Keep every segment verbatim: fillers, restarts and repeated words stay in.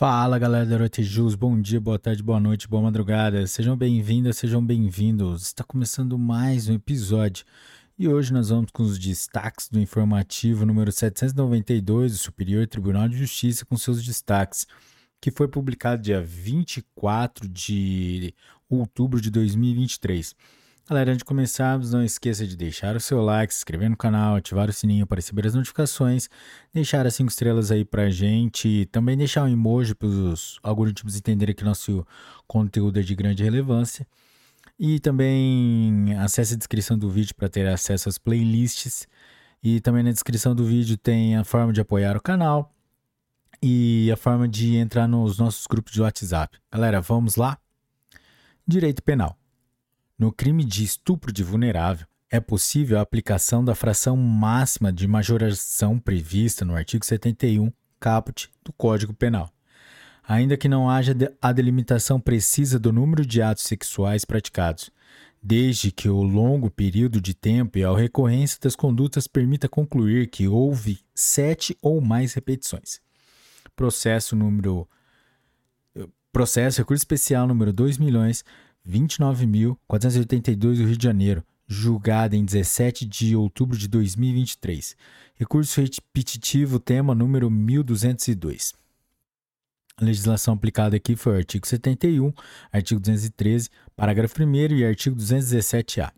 Fala galera da Arotejus, bom dia, boa tarde, boa noite, boa madrugada, sejam bem-vindas, sejam bem-vindos. Está começando mais um episódio e hoje nós vamos com os destaques do informativo número setecentos e noventa e dois do Superior Tribunal de Justiça com seus destaques, que foi publicado dia vinte e quatro de outubro de dois mil e vinte e três. Galera, antes de começarmos, não esqueça de deixar o seu like, se inscrever no canal, ativar o sininho para receber as notificações, deixar as cinco estrelas aí pra gente e também deixar um emoji para os algoritmos entenderem que nosso conteúdo é de grande relevância. E também acesse a descrição do vídeo para ter acesso às playlists. E também na descrição do vídeo tem a forma de apoiar o canal e a forma de entrar nos nossos grupos de WhatsApp. Galera, vamos lá? Direito penal. No crime de estupro de vulnerável, é possível a aplicação da fração máxima de majoração prevista no artigo setenta e um, caput, do Código Penal, ainda que não haja a delimitação precisa do número de atos sexuais praticados, desde que o longo período de tempo e a recorrência das condutas permita concluir que houve sete ou mais repetições. Processo número... Processo recurso especial número dois milhões vinte e nove mil quatrocentos e oitenta e dois do Rio de Janeiro, julgada em dezessete de outubro de dois mil e vinte e três. Recurso repetitivo, tema número mil duzentos e dois. A legislação aplicada aqui foi o artigo setenta e um, artigo duzentos e treze, parágrafo primeiro e artigo duzentos e dezessete A.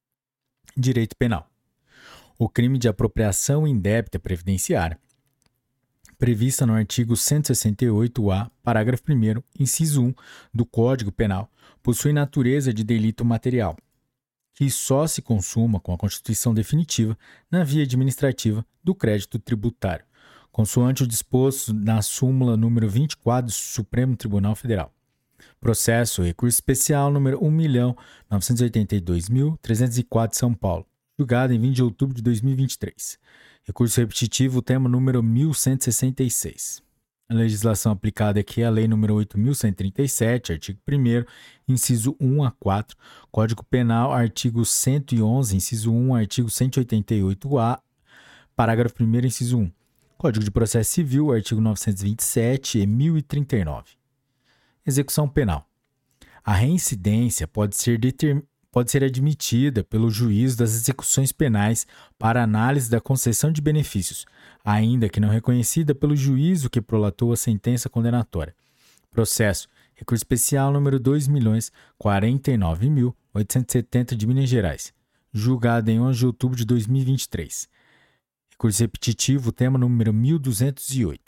Direito penal. O crime de apropriação indébita previdenciária, prevista no artigo cento e sessenta e oito A, parágrafo primeiro, inciso um do Código Penal, possui natureza de delito material, que só se consuma com a constituição definitiva na via administrativa do crédito tributário, consoante o disposto na súmula número vinte e quatro do Supremo Tribunal Federal. Processo recurso especial número um milhão novecentos e oitenta e dois mil trezentos e quatro de São Paulo, julgado em vinte de outubro de dois mil e vinte e três. Recurso repetitivo, tema número mil cento e sessenta e seis. A legislação aplicada aqui é a Lei número oito mil cento e trinta e sete, artigo primeiro, inciso um a quatro, Código Penal, artigo cento e onze, inciso um, artigo cento e oitenta e oito A, parágrafo primeiro, inciso um. Código de Processo Civil, artigo novecentos e vinte e sete e mil e trinta e nove. Execução penal. A reincidência pode ser determinada pode ser admitida pelo juízo das execuções penais para análise da concessão de benefícios, ainda que não reconhecida pelo juízo que prolatou a sentença condenatória. Processo recurso especial número dois milhões quarenta e nove mil oitocentos e setenta de Minas Gerais, julgado em onze de outubro de dois mil e vinte e três. Recurso repetitivo, tema número mil duzentos e oito.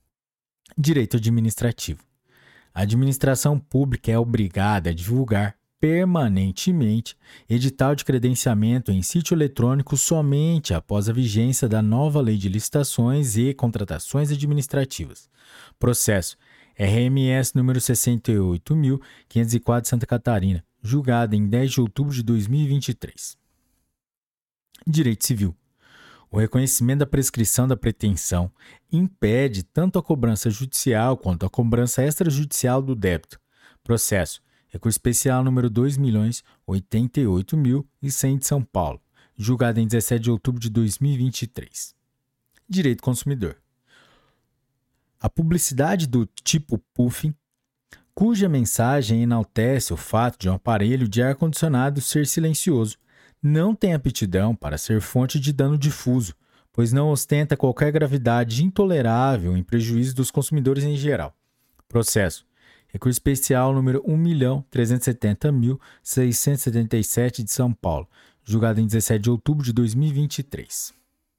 Direito administrativo. A administração pública é obrigada a divulgar permanentemente edital de credenciamento em sítio eletrônico somente após a vigência da nova Lei de Licitações e Contratações Administrativas. Processo R M S número sessenta e oito mil quinhentos e quatro de Santa Catarina, julgado em dez de outubro de dois mil e vinte e três. Direito civil. O reconhecimento da prescrição da pretensão impede tanto a cobrança judicial quanto a cobrança extrajudicial do débito. Processo recurso especial número dois milhões oitenta e oito mil e cem de São Paulo, julgado em dezessete de outubro de dois mil e vinte e três. Direito consumidor. A publicidade do tipo puffing, cuja mensagem enaltece o fato de um aparelho de ar-condicionado ser silencioso, não tem aptidão para ser fonte de dano difuso, pois não ostenta qualquer gravidade intolerável em prejuízo dos consumidores em geral. Processo recurso especial número um milhão trezentos e setenta mil seiscentos e setenta e sete de São Paulo, julgado em dezessete de outubro de dois mil e vinte e três.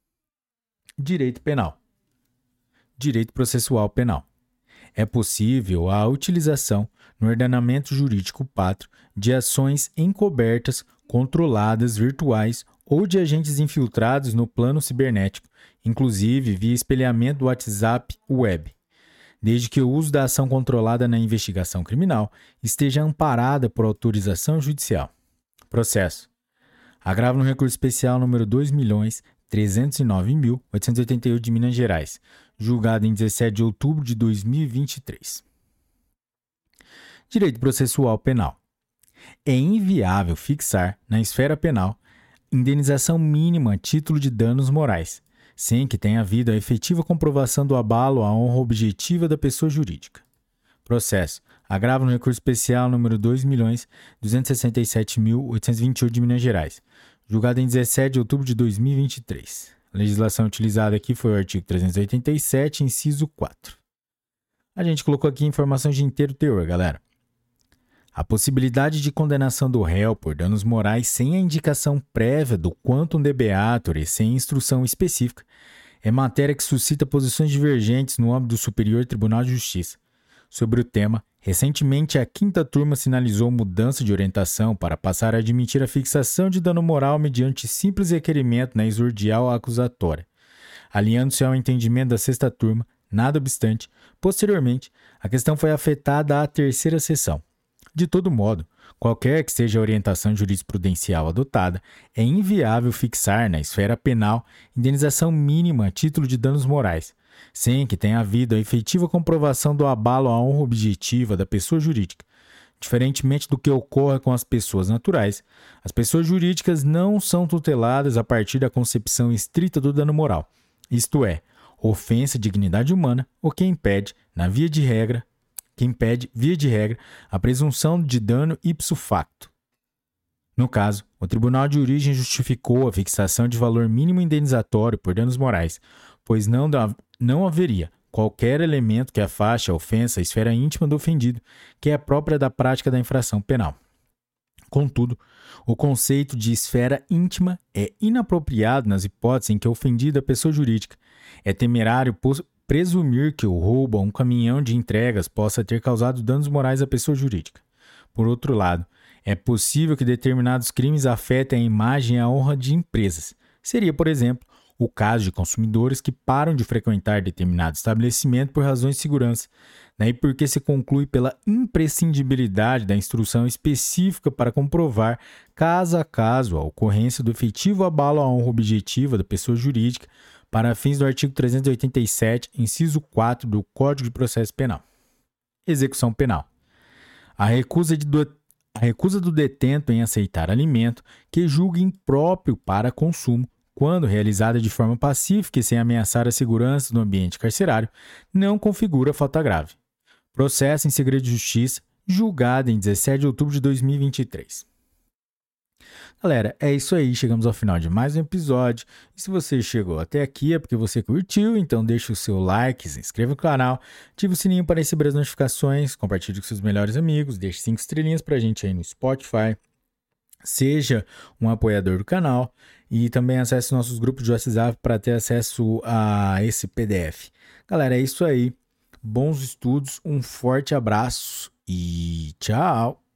Direito penal. Direito processual penal. É possível a utilização, no ordenamento jurídico pátrio, de ações encobertas, controladas, virtuais ou de agentes infiltrados no plano cibernético, inclusive via espelhamento do WhatsApp web, desde que o uso da ação controlada na investigação criminal esteja amparada por autorização judicial. Processo. Agravo no recurso especial número dois milhões trezentos e nove mil oitocentos e oitenta e oito de Minas Gerais, julgado em dezessete de outubro de dois mil e vinte e três. Direito processual penal. É inviável fixar, na esfera penal, indenização mínima a título de danos morais, sem que tenha havido a efetiva comprovação do abalo à honra objetiva da pessoa jurídica. Processo. Agravo no recurso especial número dois milhões duzentos e sessenta e sete mil oitocentos e vinte e oito de Minas Gerais, julgado em dezessete de outubro de dois mil e vinte e três. A legislação utilizada aqui foi o artigo trezentos e oitenta e sete, inciso quatro. A gente colocou aqui informações de inteiro teor, galera. A possibilidade de condenação do réu por danos morais sem a indicação prévia do quantum debeatur e sem instrução específica é matéria que suscita posições divergentes no âmbito do Superior Tribunal de Justiça. Sobre o tema, recentemente a quinta turma sinalizou mudança de orientação para passar a admitir a fixação de dano moral mediante simples requerimento na exordial acusatória. Alinhando-se ao entendimento da sexta turma, nada obstante, posteriormente, a questão foi afetada à terceira sessão. De todo modo, qualquer que seja a orientação jurisprudencial adotada, é inviável fixar na esfera penal indenização mínima a título de danos morais, sem que tenha havido a efetiva comprovação do abalo à honra objetiva da pessoa jurídica. Diferentemente do que ocorre com as pessoas naturais, as pessoas jurídicas não são tuteladas a partir da concepção estrita do dano moral, isto é, ofensa à dignidade humana, o que impede, na via de regra, que impede, via de regra, a presunção de dano ipso facto. No caso, o Tribunal de Origem justificou a fixação de valor mínimo indenizatório por danos morais, pois não, não haveria qualquer elemento que afaste a ofensa à esfera íntima do ofendido, que é própria da prática da infração penal. Contudo, o conceito de esfera íntima é inapropriado nas hipóteses em que a ofendida é pessoa jurídica. É temerário presumir que o roubo a um caminhão de entregas possa ter causado danos morais à pessoa jurídica. Por outro lado, é possível que determinados crimes afetem a imagem e a honra de empresas. Seria, por exemplo, o caso de consumidores que param de frequentar determinado estabelecimento por razões de segurança, daí porque se conclui pela imprescindibilidade da instrução específica para comprovar, caso a caso, a ocorrência do efetivo abalo à honra objetiva da pessoa jurídica para fins do artigo trezentos e oitenta e sete, inciso quatro do Código de Processo Penal. Execução penal. A recusa, de do... a recusa do detento em aceitar alimento que julgue impróprio para consumo, quando realizada de forma pacífica e sem ameaçar a segurança do ambiente carcerário, não configura falta grave. Processo em segredo de justiça, julgado em dezessete de outubro de dois mil e vinte e três. Galera, é isso aí, chegamos ao final de mais um episódio. E se você chegou até aqui é porque você curtiu, então deixa o seu like, se inscreva no canal, ative o sininho para receber as notificações, compartilhe com seus melhores amigos, deixe cinco estrelinhas pra gente aí no Spotify. Seja um apoiador do canal e também acesse nossos grupos de WhatsApp para ter acesso a esse P D F. Galera, é isso aí. Bons estudos, um forte abraço e tchau!